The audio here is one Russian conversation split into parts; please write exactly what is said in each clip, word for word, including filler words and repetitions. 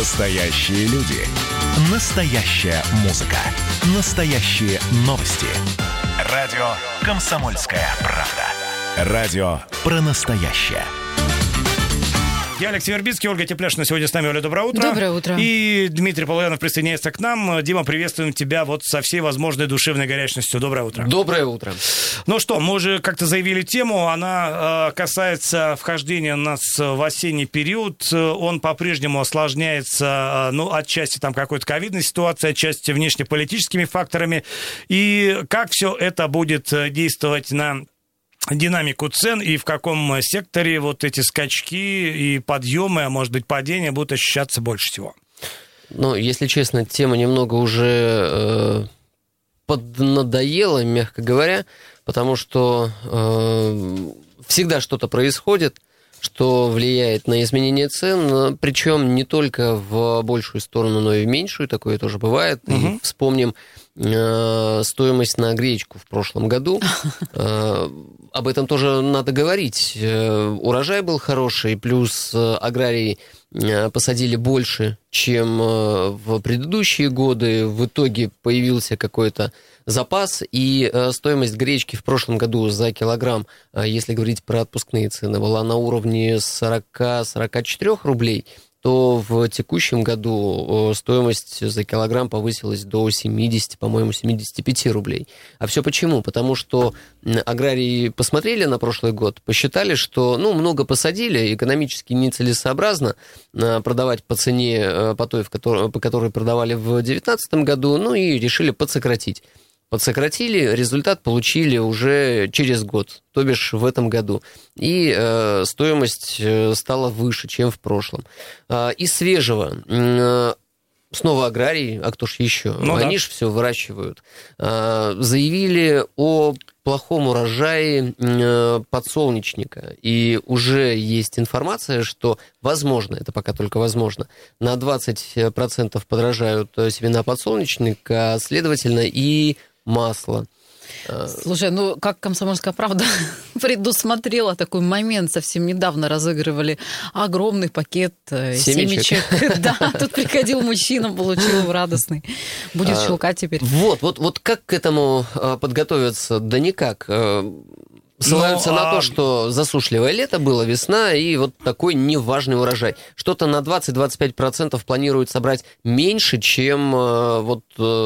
Настоящие люди. Настоящая музыка. Настоящие новости. Радио «Комсомольская правда». Радио про настоящее. Я Алексей Вербицкий, Ольга Тепляшина сегодня с нами. Оля, доброе утро. Доброе утро. И Дмитрий Полуянов присоединяется к нам. Дима, приветствуем тебя вот со всей возможной душевной горячностью. Доброе утро. Доброе утро. Ну что, мы уже как-то заявили тему. Она э, касается вхождения нас в осенний период. Он по-прежнему осложняется, э, ну, отчасти там какой-то ковидной ситуацией, отчасти внешнеполитическими факторами. И как все это будет действовать на динамику цен и в каком секторе вот эти скачки и подъемы, а может быть падения будут ощущаться больше всего? Ну, если честно, тема немного уже э, поднадоела, мягко говоря, потому что э, всегда что-то происходит, что влияет на изменение цен, причем не только в большую сторону, но и в меньшую, такое тоже бывает. Угу. И вспомним э, стоимость на гречку в прошлом году. Э, об этом тоже надо говорить. Э, урожай был хороший, плюс э, аграрии э, посадили больше, чем э, в предыдущие годы. В итоге появился какой-то запас, и э, стоимость гречки в прошлом году за килограмм, э, если говорить про отпускные цены, была на уровне сорок-сорок четыре рублей, то в текущем году э, стоимость за килограмм повысилась до семьдесят, по-моему, семьдесят пять рублей. А все почему? Потому что аграрии посмотрели на прошлый год, посчитали, что, ну, много посадили, экономически нецелесообразно э, продавать по цене, э, по той, в которой, по которой продавали в две тысячи девятнадцатом году, ну и решили подсократить. Подсократили, результат получили уже через год, то бишь в этом году. И э, стоимость стала выше, чем в прошлом. Э, из свежего, э, снова аграрии, а кто ж еще? Ну, Они да. же все выращивают. Э, заявили о плохом урожае э, подсолнечника. И уже есть информация, что, возможно, это пока только возможно, на двадцать процентов подорожают семена подсолнечника, а следовательно и масло. Слушай, ну как «Комсомольская правда» предусмотрела такой момент, совсем недавно разыгрывали огромный пакет семечек. семечек. Да, тут приходил мужчина, получил радостный. Будет щелкать теперь. Вот, вот, вот как к этому подготовиться? Да никак. Ссылаются ну, на а... то, что засушливое лето было, весна, и вот такой неважный урожай. Что-то на двадцать-двадцать пять процентов планируют собрать меньше, чем вот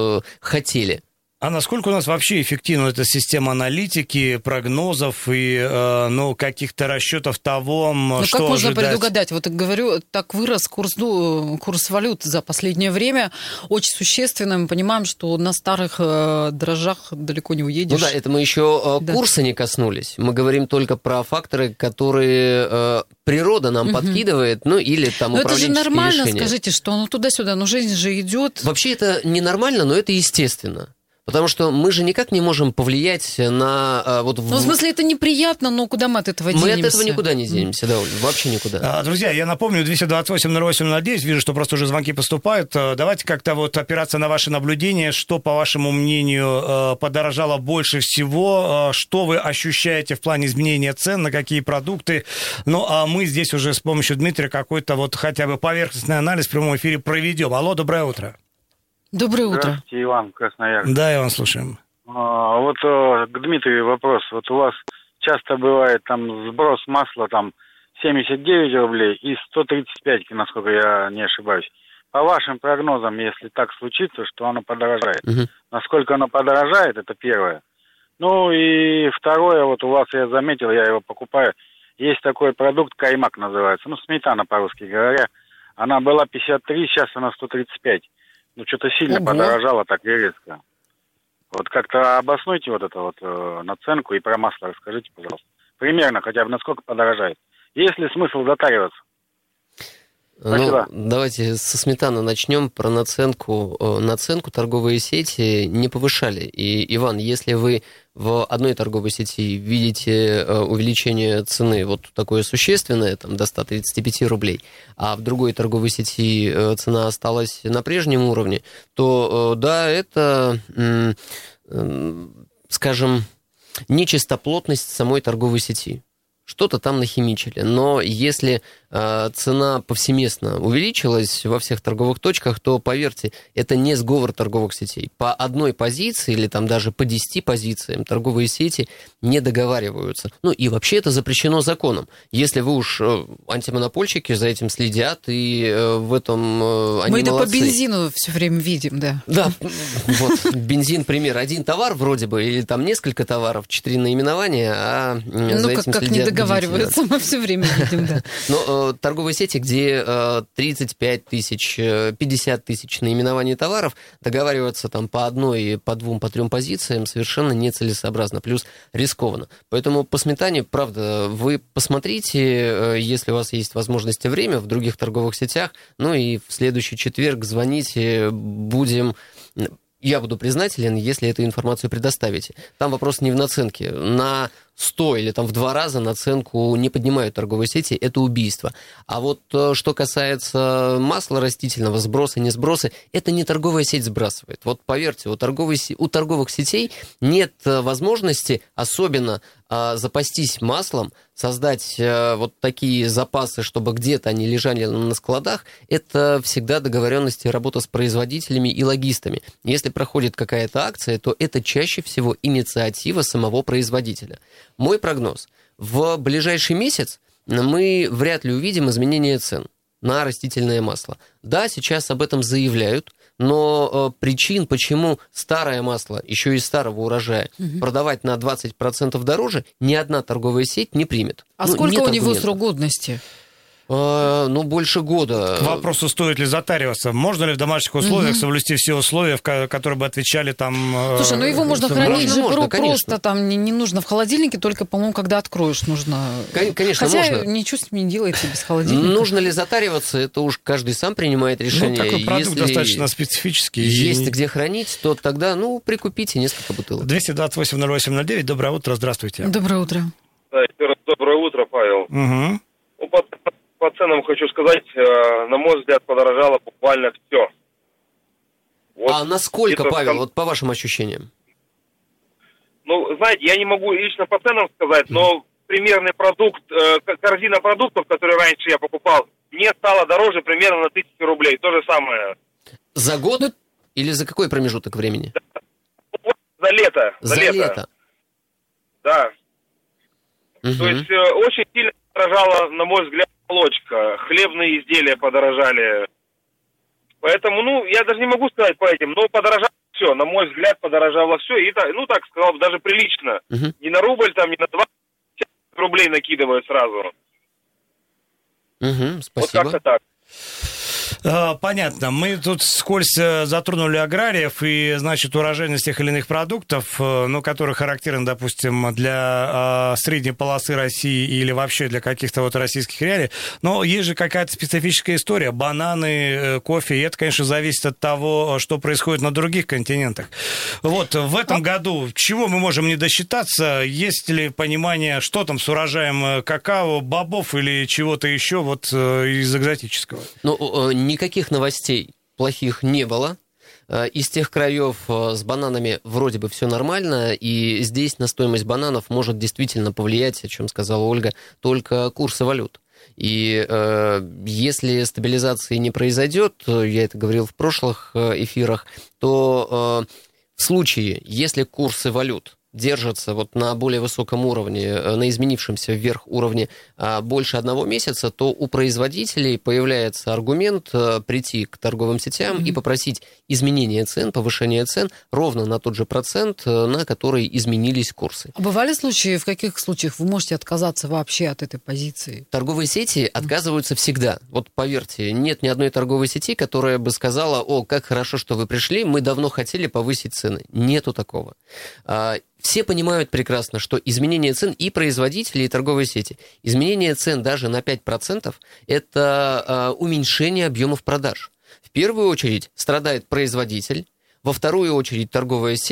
хотели. А насколько у нас вообще эффективна эта система аналитики, прогнозов и э, ну, каких-то расчетов того, ну, что как можно ожидать? предугадать? Вот говорю, так вырос курс, ну, курс валют за последнее время очень существенно. Мы понимаем, что на старых э, дрожжах далеко не уедешь. Ну да, это мы еще э, да. курса не коснулись. Мы говорим только про факторы, которые э, природа нам угу. подкидывает, ну или там но управленческие решения. Но это же нормально, решения. Скажите, что ну туда-сюда, ну жизнь же идет. Вообще это ненормально, но это естественно. Потому что мы же никак не можем повлиять на... Вот, ну, в смысле, это неприятно, но куда мы от этого денемся? Мы от этого никуда не денемся, да, Оль, вообще никуда. Друзья, я напомню, двести двадцать восемь ноль восемь ноль девять, вижу, что просто уже звонки поступают. Давайте как-то вот опираться на ваши наблюдения, что, по вашему мнению, подорожало больше всего, что вы ощущаете в плане изменения цен, на какие продукты. Ну, а мы здесь уже с помощью Дмитрия какой-то вот хотя бы поверхностный анализ в прямом эфире проведем. Алло, доброе утро. Доброе утро. Здравствуйте, Иван, Красноярск. Да, Иван, слушаем. А, вот к Дмитрию вопрос. Вот у вас часто бывает там сброс масла там семьдесят девять рублей и сто тридцать пять, насколько я не ошибаюсь. По вашим прогнозам, если так случится, что оно подорожает. Угу. Насколько оно подорожает, это первое. Ну и второе, вот у вас я заметил, я его покупаю. Есть такой продукт, каймак называется, ну сметана по-русски говоря. Она была пятьдесят три, сейчас она сто тридцать пять. Ну, что-то сильно Ого. подорожало так резко. Вот как-то обоснуйте вот эту вот э, наценку и про масло расскажите, пожалуйста. Примерно хотя бы насколько подорожает. Есть ли смысл затариваться? Ну, давайте со сметаны начнем. Про наценку. Наценку торговые сети не повышали. И, Иван, если вы в одной торговой сети видите увеличение цены вот такое существенное, там, до ста тридцати пяти рублей, а в другой торговой сети цена осталась на прежнем уровне, то, да, это, скажем, нечистоплотность самой торговой сети. что-то там нахимичили. Но если э, цена повсеместно увеличилась во всех торговых точках, то, поверьте, это не сговор торговых сетей. По одной позиции или там даже по десяти позициям торговые сети не договариваются. Ну и вообще это запрещено законом. Если вы уж э, антимонопольщики за этим следят, и э, в этом э, они Мы это молодцы. по бензину все время видим, да. Да, вот бензин, пример. Один товар вроде бы, или там несколько товаров, четыре наименования, а ну, за как, этим как следят не договариваются, мы все время видим, да. Но э, торговые сети, где э, тридцать пять тысяч, пятьдесят тысяч наименований товаров, договариваться там по одной, по двум, по трем позициям совершенно нецелесообразно, плюс рискованно. Поэтому по сметане, правда, вы посмотрите, э, если у вас есть возможность и время в других торговых сетях, ну и в следующий четверг звоните, будем... Я буду признателен, если эту информацию предоставите. Там вопрос не в наценке. На сто или там в два раза наценку не поднимают торговые сети, это убийство. А вот что касается масла растительного, сбросы, не сбросы, это не торговая сеть сбрасывает. Вот поверьте, у, торговой, у торговых сетей нет возможности особенно а, запастись маслом, создать а, вот такие запасы, чтобы где-то они лежали на складах. Это всегда договоренности, работа с производителями и логистами. Если проходит какая-то акция, то это чаще всего инициатива самого производителя. Мой прогноз. В ближайший месяц мы вряд ли увидим изменения цен на растительное масло. Да, сейчас об этом заявляют, но э, причин, почему старое масло, еще из старого урожая, угу. продавать на двадцать процентов дороже, ни одна торговая сеть не примет. А ну, сколько у него аргументов. срок годности? Ну, больше года. К вопросу, стоит ли затариваться. Можно ли в домашних условиях угу. соблюсти все условия, которые бы отвечали там... Слушай, ну его можно хранить же можно, просто, там не, не нужно в холодильнике, только, по-моему, когда откроешь, нужно... Конечно, Хотя можно. ничего с ним не делается без холодильника. Нужно ли затариваться, это уж каждый сам принимает решение. Ну, такой продукт Если достаточно специфический. Есть и... где хранить, то тогда, ну, прикупите несколько бутылок. двести двадцать восемь ноль восемь ноль девять, доброе утро, здравствуйте. Доброе утро. Да, доброе утро, Павел. Угу. Ну, по, по ценам хочу сказать, э, на мой взгляд, подорожало буквально все. Вот а насколько, Павел, вот по вашим ощущениям? Ну, знаете, я не могу лично по ценам сказать, mm. но примерный продукт, э, корзина продуктов, которые раньше я покупал, мне стало дороже примерно на тысячу рублей. То же самое. За год ну, или за какой промежуток времени? За, за лето. За, за лето. лето. Да. Угу. То есть э, очень сильно подорожала, на мой взгляд, молочка. Хлебные изделия подорожали. Поэтому, ну, я даже не могу сказать по этим, но подорожало все. На мой взгляд, подорожало все. И, ну, так сказал бы, даже прилично. Угу. Не на рубль, там, не на двадцать рублей накидывают сразу. Угу, спасибо. Вот как-то так. Понятно. Мы тут вскользь затронули аграриев и, значит, урожайность тех или иных продуктов, ну, которые характерны, допустим, для средней полосы России или вообще для каких-то вот российских реалий. Но есть же какая-то специфическая история. Бананы, кофе, и это, конечно, зависит от того, что происходит на других континентах. Вот, в этом году чего мы можем не досчитаться? Есть ли понимание, что там с урожаем какао, бобов или чего-то еще вот из экзотического? Ну, никаких новостей плохих не было. Из тех краев с бананами вроде бы все нормально, и здесь на стоимость бананов может действительно повлиять, о чем сказала Ольга, только курсы валют. И э, если стабилизации не произойдет, я это говорил в прошлых эфирах, то э, в случае, если курсы валют держатся вот на более высоком уровне, на изменившемся вверх уровне больше одного месяца, то у производителей появляется аргумент прийти к торговым сетям mm-hmm. и попросить изменения цен, повышения цен ровно на тот же процент, на который изменились курсы. А бывали случаи, в каких случаях вы можете отказаться вообще от этой позиции? Торговые сети mm-hmm. отказываются всегда. Вот поверьте, нет ни одной торговой сети, которая бы сказала: о, как хорошо, что вы пришли, мы давно хотели повысить цены. Нету такого. Все понимают прекрасно, что изменение цен и производителей, и торговой сети, изменение цен даже на пять процентов – это э, уменьшение объемов продаж. В первую очередь страдает производитель, во вторую очередь торговая сеть,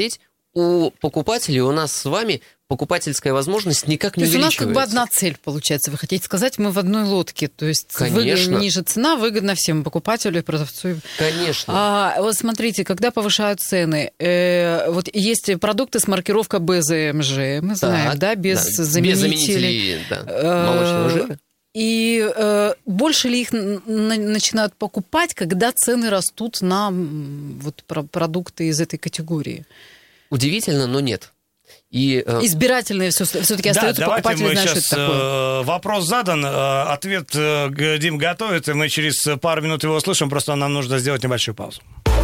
у покупателей, у нас с вами покупательская возможность никак не увеличивается. То есть у нас как бы одна цель получается. Вы хотите сказать, мы в одной лодке. То есть Конечно. Ниже цена выгодна всем, покупателю и продавцу. Конечно. А, вот смотрите, когда повышают цены, э, вот есть продукты с маркировкой бэ зэ эм жэ, мы знаем, так, да, без да, заменителей. Без заменителей да, молочного жира. И э, больше ли их на- начинают покупать, когда цены растут на вот, про- продукты из этой категории? Удивительно, но нет. И, э... Избирательные все, все-таки да, остаются покупатели, мы знают, сейчас, что это такое. Вопрос задан, ответ Дим готовит, и мы через пару минут его услышим, просто нам нужно сделать небольшую паузу.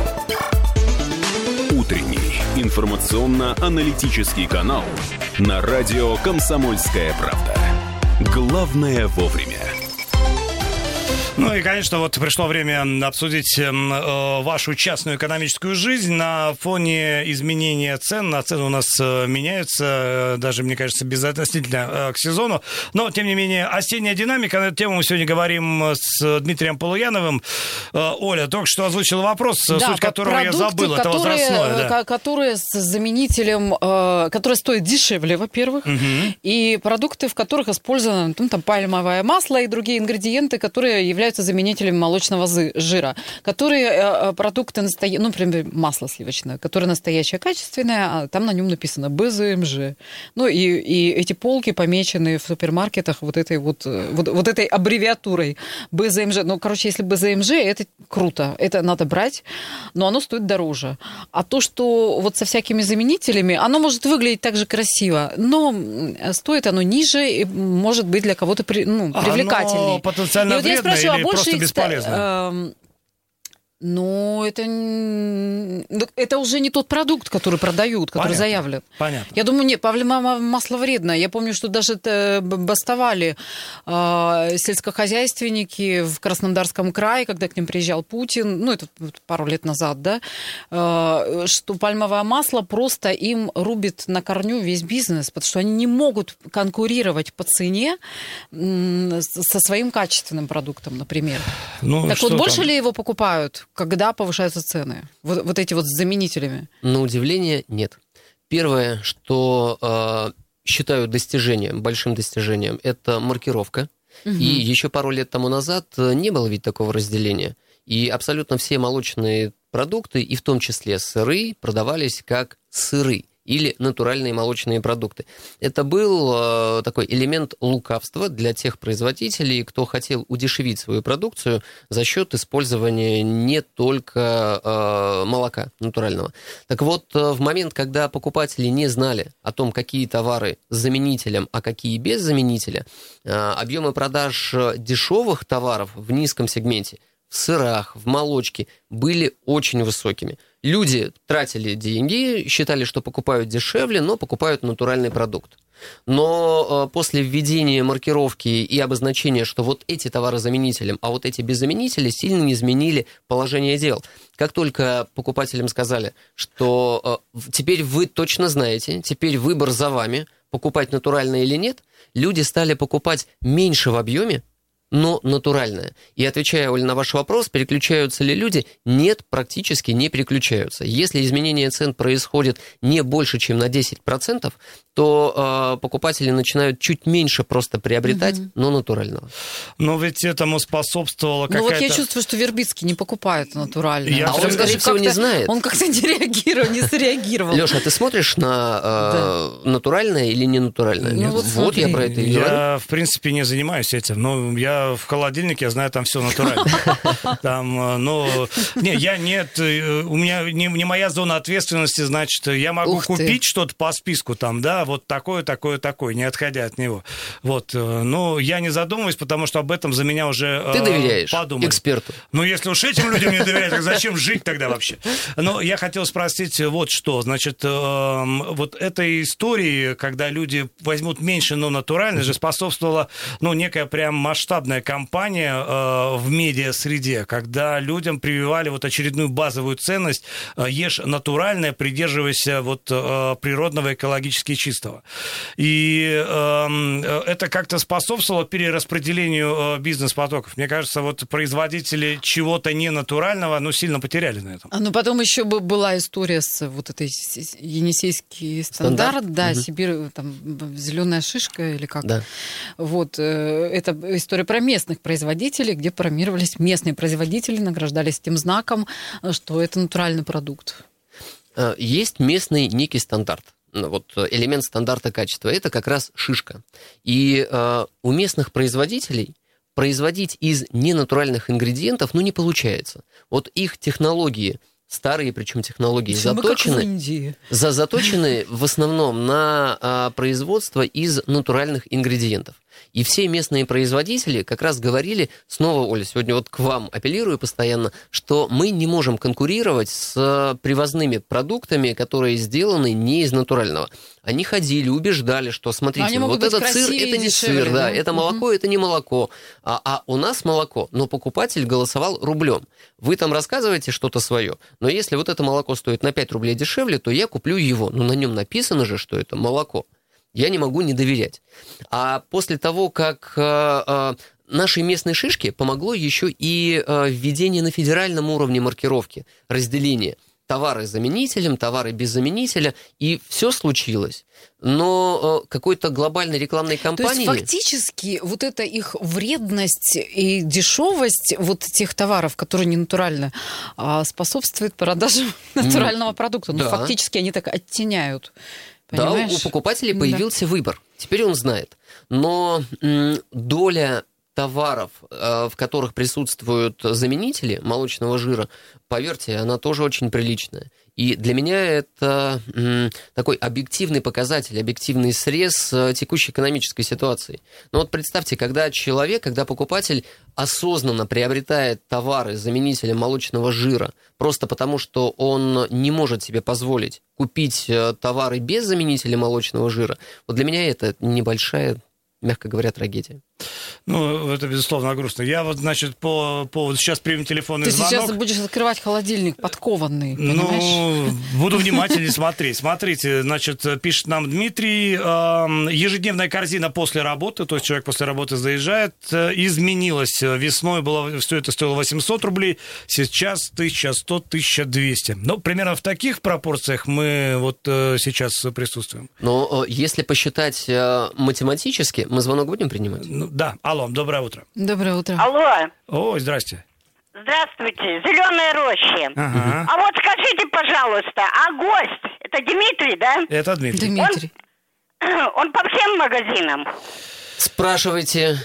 Утренний информационно-аналитический канал на радио «Комсомольская правда». Главное вовремя. Ну и, конечно, вот пришло время обсудить э, вашу частную экономическую жизнь на фоне изменения цен. На цены у нас э, меняются, э, даже, мне кажется, безотносительно э, к сезону. Но, тем не менее, осенняя динамика. На эту тему мы сегодня говорим с Дмитрием Полуяновым. Э, Оля только что озвучила вопрос, да, суть которого я забыл. Это возрастное. Да. Которые с заменителем, э, которые стоят дешевле, во-первых, угу. И продукты, в которых использовано ну, там, пальмовое масло и другие ингредиенты, которые являются являются заменителями молочного жира, которые э, продукты настоящие, ну, например, масло сливочное, которое настоящее, качественное, а там на нем написано бэ зэ эм жэ. Ну, и, и эти полки помечены в супермаркетах вот этой вот, вот, вот этой аббревиатурой бэ зэ эм жэ. Ну, короче, если бэ зэ эм жэ, это круто, это надо брать, но оно стоит дороже. А то, что вот со всякими заменителями, оно может выглядеть так же красиво, но стоит оно ниже и может быть для кого-то при, ну, привлекательнее. Оно потенциально вредно или просто их, бесполезно? Э, ну, это, это уже не тот продукт, который продают, который Понятно. заявлен. Понятно. Я думаю, нет, пальмовое масло вредно. Я помню, что даже бастовали э, сельскохозяйственники в Краснодарском крае, когда к ним приезжал Путин, ну, это пару лет назад, да, э, что пальмовое масло просто им рубит на корню весь бизнес, потому что они не могут конкурировать по цене э, со своим качественным продуктом, например. Ну, так вот, больше там? Ли его покупают? Когда повышаются цены? Вот, вот эти вот с заменителями? На удивление, нет. Первое, что э, считаю достижением, большим достижением, это маркировка. Угу. И еще пару лет тому назад не было ведь такого разделения. И абсолютно все молочные продукты, и в том числе сыры, продавались как сыры или натуральные молочные продукты. Это был э, такой элемент лукавства для тех производителей, кто хотел удешевить свою продукцию за счет использования не только э, молока натурального. Так вот, э, в момент, когда покупатели не знали о том, какие товары с заменителем, а какие без заменителя, э, объемы продаж дешевых товаров в низком сегменте в сырах, в молочке были очень высокими. Люди тратили деньги, считали, что покупают дешевле, но покупают натуральный продукт. Но э, после введения маркировки и обозначения, что вот эти товары заменителем, а вот эти без заменителя, сильно не изменили положение дел. Как только покупателям сказали, что э, теперь вы точно знаете, теперь выбор за вами, покупать натуральное или нет, люди стали покупать меньше в объеме, но натуральное. И отвечая, Оля, на ваш вопрос, переключаются ли люди? Нет, практически не переключаются. Если изменение цен происходит не больше, чем на десять процентов, то э, покупатели начинают чуть меньше просто приобретать, угу. но натурального. Но ведь этому способствовала какая-то... Ну вот я чувствую, что Вербицкий не покупает натуральное. Я а он, скорее всего, не знает. Он как-то не реагировал, не среагировал. Леша, а ты смотришь на э, да. натуральное или не натуральное? Ну, вот, вот я про это и говорю. Я, в принципе, не занимаюсь этим. Но я в холодильнике, я знаю, там все натурально. Там, ну... Не, я нет... У меня не, не моя зона ответственности, значит, я могу Ух купить ты. что-то по списку там, да, вот такое, такое, такое, не отходя от него. Вот. Но я не задумываюсь, потому что об этом за меня уже Ты доверяешь подумали. Эксперту. Ну, если уж этим людям не доверять, так зачем жить тогда вообще? Но я хотел спросить вот что. Значит, вот этой истории, когда люди возьмут меньше, но натурально, же способствовала, ну, некая прям масштабная масштабная кампания э, в медиа-среде, когда людям прививали вот очередную базовую ценность э, «Ешь натуральное, придерживайся вот э, природного, экологически чистого». И э, это как-то способствовало перераспределению э, бизнес-потоков. Мне кажется, вот производители чего-то ненатурального, ну, сильно потеряли на этом. А ну, потом еще была история с вот этой Енисейский стандарт, стандарт? да, угу. Сибирь, там, зеленая шишка или как. Да. Вот, это история про местных производителей, где промировались местные производители, награждались тем знаком, что это натуральный продукт. Есть местный некий стандарт. Вот элемент стандарта качества, это как раз шишка. И э, у местных производителей производить из ненатуральных ингредиентов, ну, не получается. Вот их технологии, старые причем технологии, Почему заточены, за, заточены в основном на а, производство из натуральных ингредиентов. И все местные производители как раз говорили, снова, Оля, сегодня вот к вам апеллирую постоянно, что мы не можем конкурировать с привозными продуктами, которые сделаны не из натурального. Они ходили, убеждали, что, смотрите, вот этот сыр, это не сыр, да, это молоко, это не молоко. А, а у нас молоко, но покупатель голосовал рублем. Вы там рассказываете что-то свое, но если вот это молоко стоит на пять рублей дешевле, то я куплю его. Но на нем написано же, что это молоко. Я не могу не доверять. А после того, как э, э, нашей местной шишке помогло еще и э, введение на федеральном уровне маркировки, разделение товары с заменителем, товары без заменителя, и все случилось. Но э, какой-то глобальной рекламной кампании... То есть фактически вот эта их вредность и дешевость вот тех товаров, которые не натуральны, способствует продаже натурального mm, продукта. Ну, да. Фактически они так оттеняют. Понимаешь? Да, у покупателей появился да. выбор. Теперь он знает. Но м, доля товаров, э, в которых присутствуют заменители молочного жира, поверьте, она тоже очень приличная. И для меня это м, такой объективный показатель, объективный срез э, текущей экономической ситуации. Но вот представьте, когда человек, когда покупатель осознанно приобретает товары с заменителем молочного жира, просто потому что он не может себе позволить купить э, товары без заменителя молочного жира, вот для меня это небольшая, мягко говоря, трагедия. Ну, это, безусловно, грустно. Я вот, значит, по поводу... Сейчас примем телефонный Ты звонок. Ты сейчас будешь открывать холодильник подкованный, понимаешь? Ну, буду внимательнее смотреть. Смотрите, значит, пишет нам Дмитрий. Ежедневная корзина после работы, то есть человек после работы заезжает, изменилась. Весной было, все это стоило восемьсот рублей, сейчас тысяча сто - тысяча двести. Ну, примерно в таких пропорциях мы вот сейчас присутствуем. Но если посчитать математически, мы звонок будем принимать? Ну, да. Алло, доброе утро. Доброе утро. Алло. Ой, здрасте. Здравствуйте. Зеленые рощи. Ага. А вот скажите, пожалуйста, а гость, это Дмитрий, да? Это Дмитрий. Дмитрий. Он, он по всем магазинам. Спрашивайте.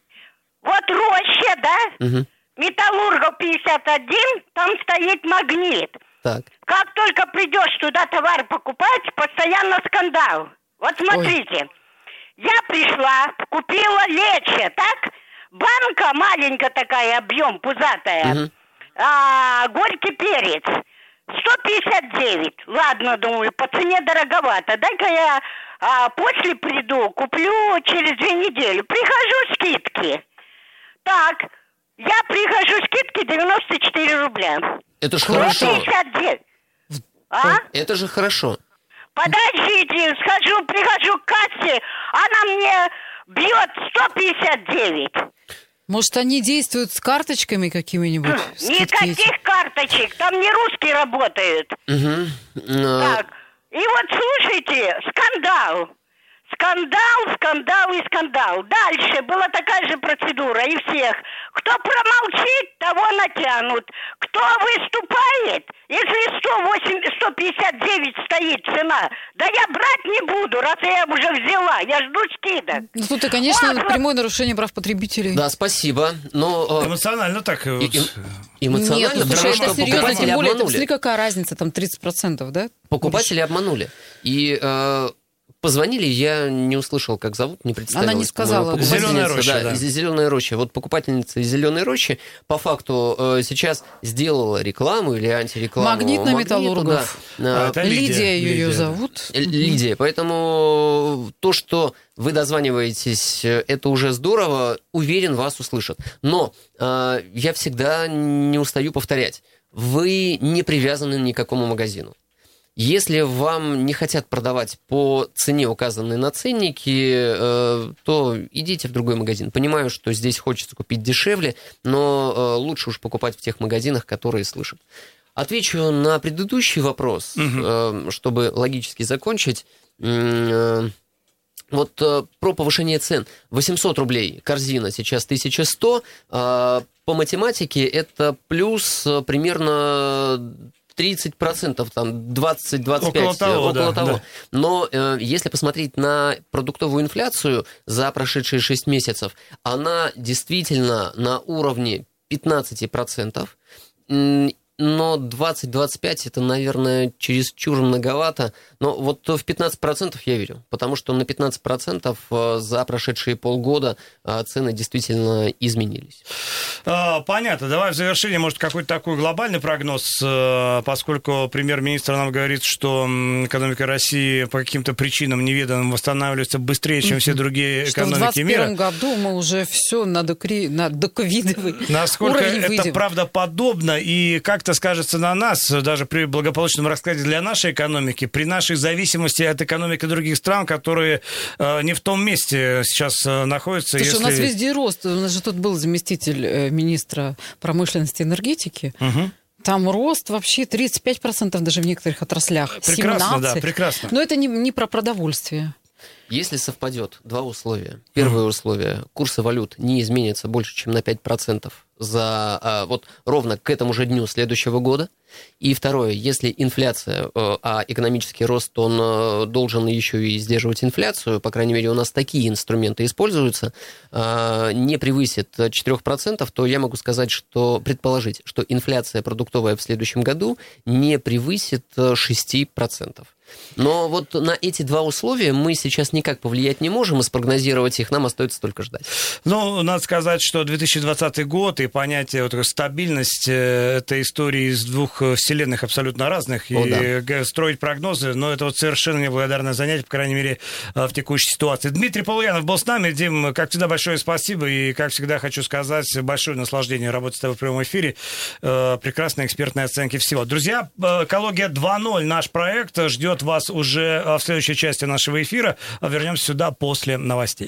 Вот роща, да? Угу. Металлургов пятьдесят один, там стоит Магнит. Так. Как только придешь туда товар покупать, постоянно скандал. Вот смотрите. Ой. Я пришла, купила лечо, так? Банка маленькая такая, объем, пузатая. Угу. А, горький перец. сто пятьдесят девять. Ладно, думаю, по цене дороговато. Дай-ка я а, после приду, куплю через две недели. Прихожу, скидки. Так, я прихожу, скидки девяносто четыре рубля. Это же хорошо. сто пятьдесят девять. А? Это же хорошо. Подождите, схожу, прихожу к кассе, она мне бьет сто пятьдесят девять. Может, они действуют с карточками какими-нибудь? Никаких карточек, там не русские работают. Угу. Так, и вот слушайте, скандал. Скандал, скандал и скандал. Дальше была такая же процедура и всех. Кто промолчит, того натянут. Кто выступает, если сто восемь, сто пятьдесят девять стоит цена, да я брать не буду, раз я уже взяла. Я жду скидок. Ну, тут, конечно, вот, прямое нарушение прав потребителей. Да, спасибо. Но, эмоционально так. И, и, эмоционально, Нет, потому что это серьезно. Тем более, обманули. Смотри, какая разница, там тридцать процентов, да? Покупатели обманули. И... Э, позвонили, я не услышал, как зовут, не представилась. Она не сказала. Зеленая роща, да, да. Зеленая роща. Вот покупательница из Зеленой рощи по факту э, сейчас сделала рекламу или антирекламу. Магнит на Металлургов. Да. А, это Лидия, Лидия ее Лидия. зовут. Лидия. Поэтому то, что вы дозваниваетесь, это уже здорово. Уверен, вас услышат. Но э, я всегда не устаю повторять. Вы не привязаны ни к какому магазину. Если вам не хотят продавать по цене, указанной на ценнике, то идите в другой магазин. Понимаю, что здесь хочется купить дешевле, но лучше уж покупать в тех магазинах, которые слышат. Отвечу на предыдущий вопрос, угу. чтобы логически закончить. Вот про повышение цен. восемьсот рублей корзина, сейчас тысяча сто. По математике это плюс примерно тридцать процентов, там двадцать-двадцать пять процентов, около того. Около да, того. Да. Но э, если посмотреть на продуктовую инфляцию за прошедшие шесть месяцев, она действительно на уровне пятнадцать процентов. Но двадцать-двадцать пять это, наверное, чересчур многовато. Но вот в пятнадцать процентов я верю, потому что на пятнадцать процентов за прошедшие полгода цены действительно изменились. Понятно. Давай в завершение, может, какой-то такой глобальный прогноз, поскольку премьер-министр нам говорит, что экономика России по каким-то причинам неведанным восстанавливается быстрее, чем все другие что экономики мира. В двадцать первом году мы уже все на доковидовый Насколько уровень это выйдем. Правдоподобно и как-то скажется на нас, даже при благополучном раскладе для нашей экономики, при нашей зависимости от экономики других стран, которые э, не в том месте сейчас э, находятся. Слушай, если... у нас везде рост. У нас же тут был заместитель э, министра промышленности и энергетики. Угу. Там рост вообще тридцать пять процентов даже в некоторых отраслях. Прекрасно, семнадцать процентов. да, прекрасно. Но это не, не про продовольствие. Если совпадет два условия. Первое условие. Курсы валют не изменятся больше, чем на пять процентов за, а, вот ровно к этому же дню следующего года. И второе. Если инфляция, а экономический рост, он должен еще и сдерживать инфляцию, по крайней мере, у нас такие инструменты используются, не превысит четыре процента, то я могу сказать, что предположить, что инфляция продуктовая в следующем году не превысит шесть процентов. Но вот на эти два условия мы сейчас никак повлиять не можем, и спрогнозировать их нам остается только ждать. Ну, надо сказать, что две тысячи двадцатый год и понятие вот, стабильность – это истории из двух вселенных абсолютно разных. О, и да. Строить прогнозы, но это вот совершенно неблагодарное занятие, по крайней мере, в текущей ситуации. Дмитрий Полуянов был с нами. Дим, как всегда, большое спасибо. И, как всегда, хочу сказать, большое наслаждение работать с тобой в прямом эфире. Прекрасные экспертные оценки всего. Друзья, «Экология два ноль» наш проект ждет вас уже в следующей части нашего эфира. Вернемся сюда после новостей.